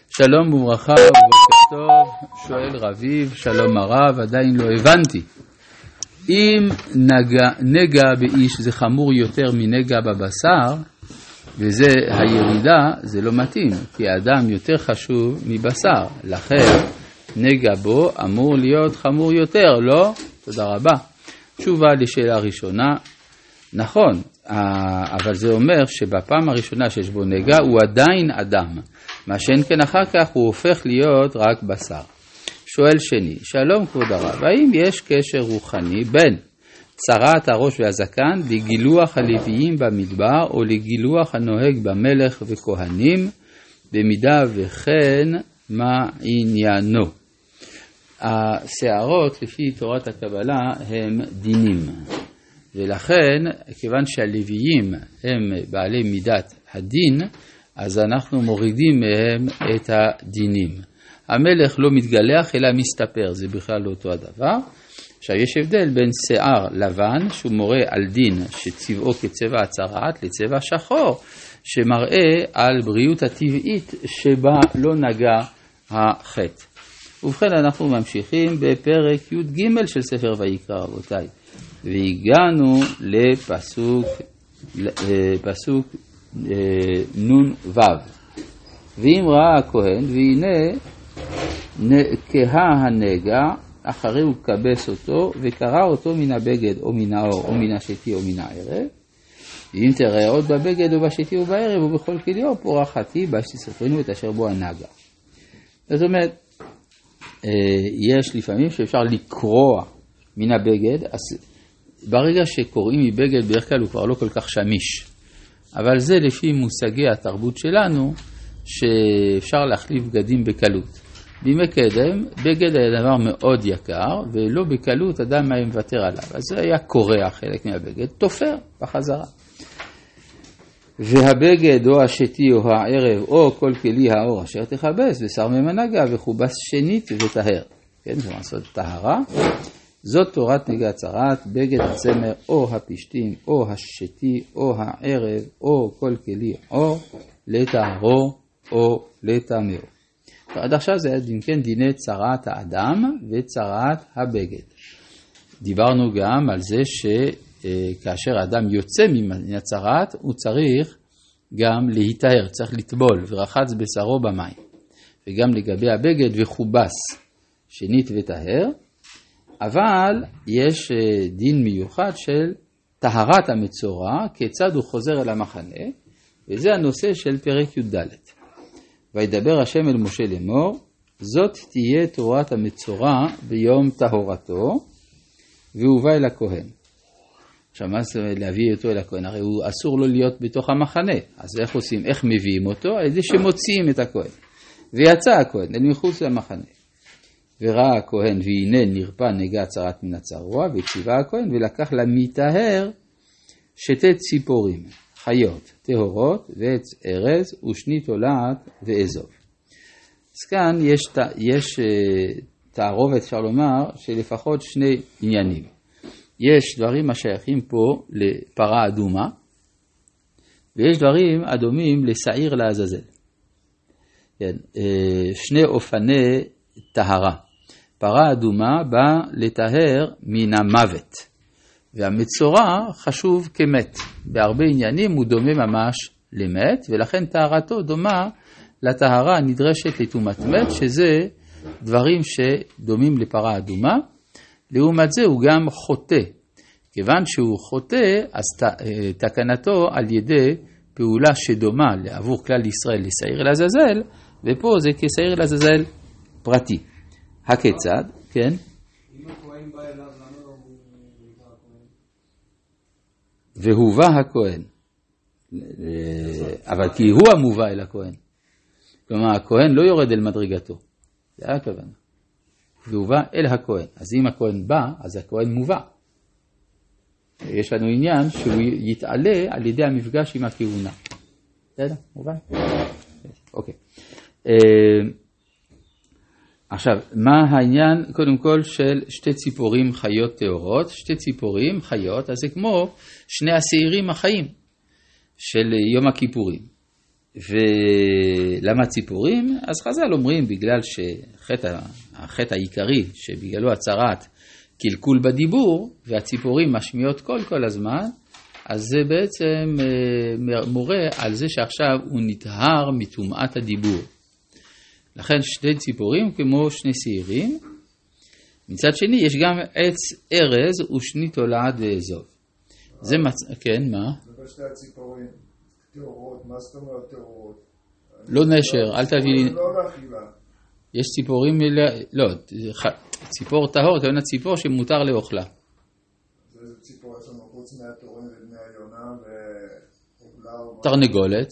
שלום וברכה ובוקר טוב, שואל רביב, שלום הרב, עדיין לא הבנתי. אם נגע באיש זה חמור יותר מנגע בבשר, וזה הירידה, זה לא מתאים, כי האדם יותר חשוב מבשר, לכן נגע בו אמור להיות חמור יותר, לא? תודה רבה. תשובה לשאלה ראשונה, נכון, אבל זה אומר שבפעם הראשונה שיש בו נגע הוא עדיין אדם, מה שאין כן אחר כך הוא הופך להיות רק בשר. שואל שני, שלום כבוד הרב, האם יש קשר רוחני בין צרת הראש והזקן לגילוח הלוויים במדבר או לגילוח הנוהג במלך וכהנים, במידה וכן מה עניינו? השערות לפי תורת הקבלה הם דינים, ולכן כיוון שהלוויים הם בעלי מידת הדין, אז אנחנו מורידים מהם את הדינים. המלך לא מתגלח אלא מסתפר, זה בכלל לא אותו הדבר. עכשיו יש הבדל בין שיער לבן שהוא מורה על דין שצבעו כצבע הצרעת לצבע שחור שמראה על בריאות הטבעית שבה לא נגע החטא. ובכן אנחנו ממשיכים בפרק י"ג של ספר ויקרא רבותיי, והגענו לפסוק נון וו. ואם ראה הכהן והנה כהה הנגע, אחרי הוא קבס אותו וקרא אותו מן הבגד או מן האור או מן השתי או מן הערב, ואם תראה עוד בבגד או בשתי או בערב ובכל כליו פורחתי בשתספרנו את אשר בו הנגע. זאת אומרת, יש לפעמים שאפשר לקרוע מן הבגד, אז ברגע שקוראים מבגד בדרך כלל הוא כבר לא כל כך שמיש, אבל זה לפי מושגי התרבות שלנו שאפשר להחליף בגדים בקלות. בימי קדם בגד היה דבר מאוד יקר ולא בקלות אדם היה מוותר עליו, אז זה היה קורע חלק מהבגד, תופר בחזרה. והבגד או השתי או הערב או כל כלי האור אשר תכבס ושר ממנגה וכובס שנית וטהר, כן, זה לעשות טהרה. זאת תורת נגע צרת, בגד הצמר או הפשתים או השתי או הערב או כל כלי אור לטהרו או לטמאו. עד עכשיו זה היה כן דיני צרת האדם וצרת הבגד. דיברנו גם על זה שכאשר האדם יוצא מן הצרת הוא צריך גם להיטהר, צריך לטבול ורחץ בשרו במים. וגם לגבי הבגד וחובס שנית וטהר, אבל יש דין מיוחד של טהרת המצורע, כיצד הוא חוזר אל המחנה, וזה הנושא של פרק י"ד. וידבר השם אל משה לאמור, זאת תהיה תורת המצורע ביום טהרתו, והוא בא אל הכהן. עכשיו מה זה להביא אותו אל הכהן? הרי הוא אסור לו להיות בתוך המחנה, אז איך עושים? איך מביאים אותו? על ידי שמוציאים את הכהן. ויצא הכהן אל מחוץ למחנה. וראה הכהן והנה נרפא נגע צרת מן הצרוע, וציווה הכהן ולקח למטהר שתי ציפורים, חיות, טהורות ועץ ארז ושני תולעת ואזוב. אז כאן יש תערובת, אפשר לומר, שלפחות שני עניינים. יש דברים השייכים פה לפרה אדומה, ויש דברים אדומים לשעיר לעזאזל. כן, שני אופני טהרה. פרה אדומה באה לטהר מן המוות, והמצורע חשוב כמת. בהרבה עניינים הוא דומה ממש למת, ולכן טהרתו דומה לטהרה הנדרשת לטומאת מת, שזה דברים שדומים לפרה אדומה. לעומת זה הוא גם חוטא. כיוון שהוא חוטא, אז תקנתו על ידי פעולה שדומה עבור כלל ישראל לשעיר לעזאזל, ופה זה כשעיר לעזאזל פרטי. הכיצד? כן? אם הכהן בא אליו, למה לא הוא מובא הכהן? והובא הכהן. אבל כי הוא המובא אל הכהן. כלומר, הכהן לא יורד אל מדרגתו. זה היה הכוונה. והובא אל הכהן. אז אם הכהן בא, אז הכהן מובא. יש לנו עניין שהוא יתעלה על ידי המפגש עם הכהונה. בסדר? מובן? אוקיי. עכשיו, מה העניין קודם כל של שתי ציפורים חיות טהורות? שתי ציפורים חיות, אז זה כמו שני השעירים החיים של יום הכיפורים. ולמה ציפורים? אז חז"ל אומרים בגלל שהחטא העיקרי שבגללו הצרת קלקול בדיבור והציפורים משמיעות קול כל הזמן, אז זה בעצם מורה על זה שעכשיו הוא נטהר מטומאת הדיבור. לכן שתי ציפורים כמו שני שעירים. מצד שני יש גם עץ ארז ושני תולעת ואזוב. זה כן, מה? ובשתי הציפורים, תאורות, מה זאת אומרת תאורות? לא נשר, אל תביא... לא לאכילה. יש ציפורים, לא, ציפור טהור, כמובן ציפור שמותר לאוכלה. זה ציפור עצמו חוץ מהתורים ובני היונה ואוכלה... תרנגולת.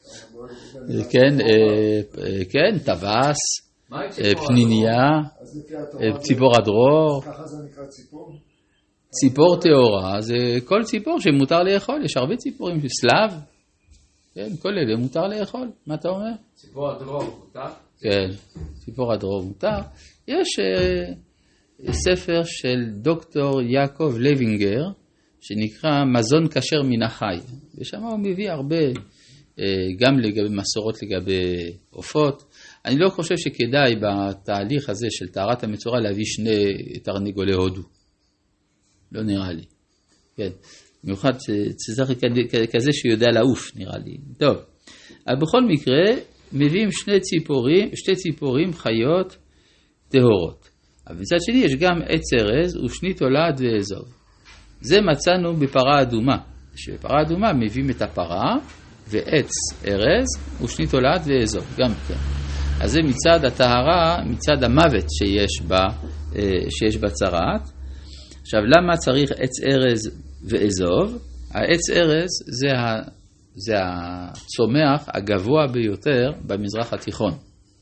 כן, טווס, פניניה, ציפור הדרור. ככה זה נקרא ציפור? ציפור טהורה זה כל ציפור שמותר לאכול, יש הרבה ציפורים, סלב, כן, כל אלה מותר לאכול, מה אתה אומר? ציפור הדרור מותר? כן, ציפור הדרור מותר. יש ספר של דוקטור יעקב לוינגר, שנקרא מזון כשר מן החי, ושם הוא מביא הרבה, גם לגבי מסורות לגבי עופות. אני לא חושב שכדאי בתהליך הזה של טהרת המצורע להביא שני תרנגולי הודו. לא נראה לי. כן. במיוחד שצריך כזה שיודע לעוף, נראה לי. טוב. אבל בכל מקרה, מביאים שתי ציפורים חיות טהורות. אבל מצד שני יש גם עץ ארז ושני תולעת ואזוב. זה מצאנו בפרה אדומה. שבפרה אדומה מביאים את הפרה ועץ ארז ושני תולעת ואזוב. גם כן. אז זה מצד הטהרה, מצד המוות שיש בצרת. עכשיו, למה צריך עץ ארז ואזוב? העץ ארז זה הצומח הגבוה ביותר במזרח התיכון.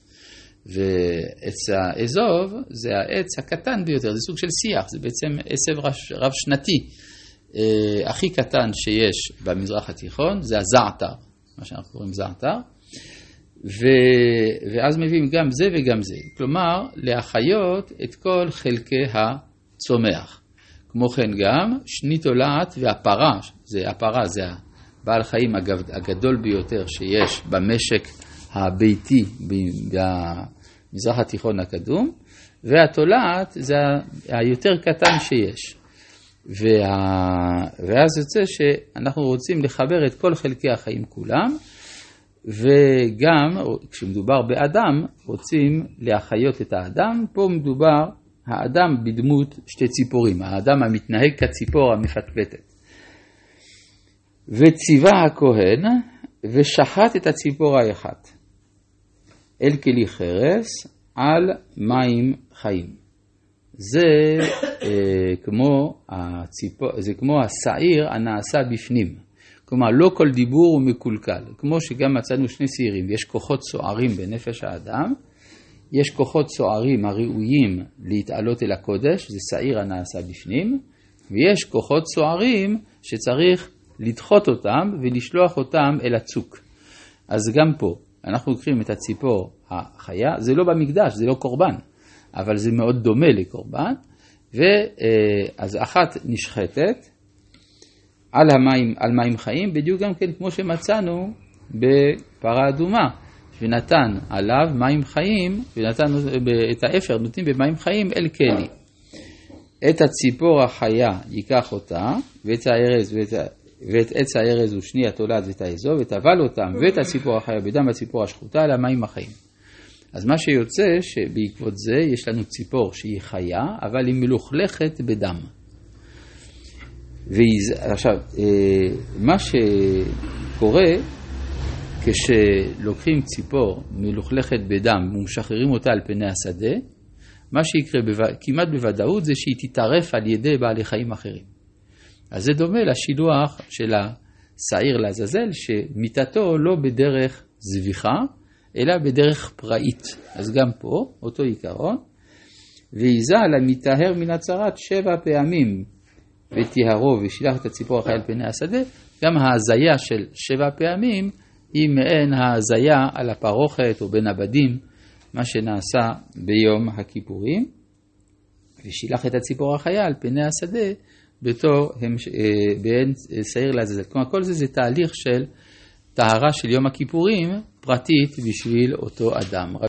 ועץ האזוב זה העץ הקטן ביותר, זה סוג של שיח, זה בעצם עשב רב שנתי. הכי קטן שיש במזרח התיכון זה הזעתר, מה שאנחנו קוראים זעתר. ואז מביאים גם זה וגם זה. כלומר, להחיות את כל חלקי הצומח. כמו כן גם, שני תולעת והפרה, הפרה זה הבעל חיים הגדול ביותר שיש במשק הביתי במזרח התיכון הקדום, והתולעת זה היותר קטן שיש. ואז יוצא שאנחנו רוצים לחבר את כל חלקי החיים כולם, וגם כשמדובר באדם רוצים להחיות את האדם. פה מדובר האדם בדמות שתי ציפורים, האדם המתנהג כציפור המפטפטת. וציווה הכהן ושחט את הציפור האחת אל כלי חרס על מים חיים. זה כמו השעיר הנעשה בפנים. כלומר, לא כל דיבור הוא מקולקל. כמו שגם מצאנו שני שעירים, יש כוחות סוערים בנפש האדם, יש כוחות סוערים הראויים להתעלות אל הקודש, זה שעיר הנעשה בפנים, ויש כוחות סוערים שצריך לדחות אותם ולשלוח אותם אל הצוק. אז גם פה, אנחנו לוקחים את הציפור החיה, זה לא במקדש, זה לא קורבן, אבל זה מאוד דומה לקורבן, ואז אחת נשחטת על מים חיים, בדיוק גם כן כמו שמצאנו בפרה אדומה, ונתן עליו מים חיים, ונתן את האפר, נותנים במים חיים אל כלי. את הציפור החיה ייקח אותה, ואת עץ הארז ושני התולעת ואת האזוב, וטבל אותם, ואת הציפור החיה בדם הציפור השחוטה על המים החיים. אז מה שיוצא שבעקבות זה יש לנו ציפור שהיא חיה, אבל היא מלוכלכת בדם. עכשיו, מה שקורה כשלוקחים ציפור מלוכלכת בדם ומשחררים אותה על פני השדה, מה שיקרה כמעט בוודאות זה שהיא תתערף על ידי בעלי חיים אחרים. אז זה דומה לשילוח של השעיר לעזאזל, שמיתתו לא בדרך זביחה, אלא בדרך פראית. אז גם פה, אותו עיקרון, ויזה למטהר מן הצרת 7 פעמים, ותיהרו ושילח את הציפור החיה על פני השדה, גם ההזיה של 7 פעמים, היא מעין ההזיה על הפרוכת או בין הבדים, מה שנעשה ביום הכיפורים, ושילח את הציפור החיה על פני השדה, בתור בעין שעיר לעזאזל. כלומר, כל זה תהליך של טהרה של יום הכיפורים פרטית בשביל אותו אדם.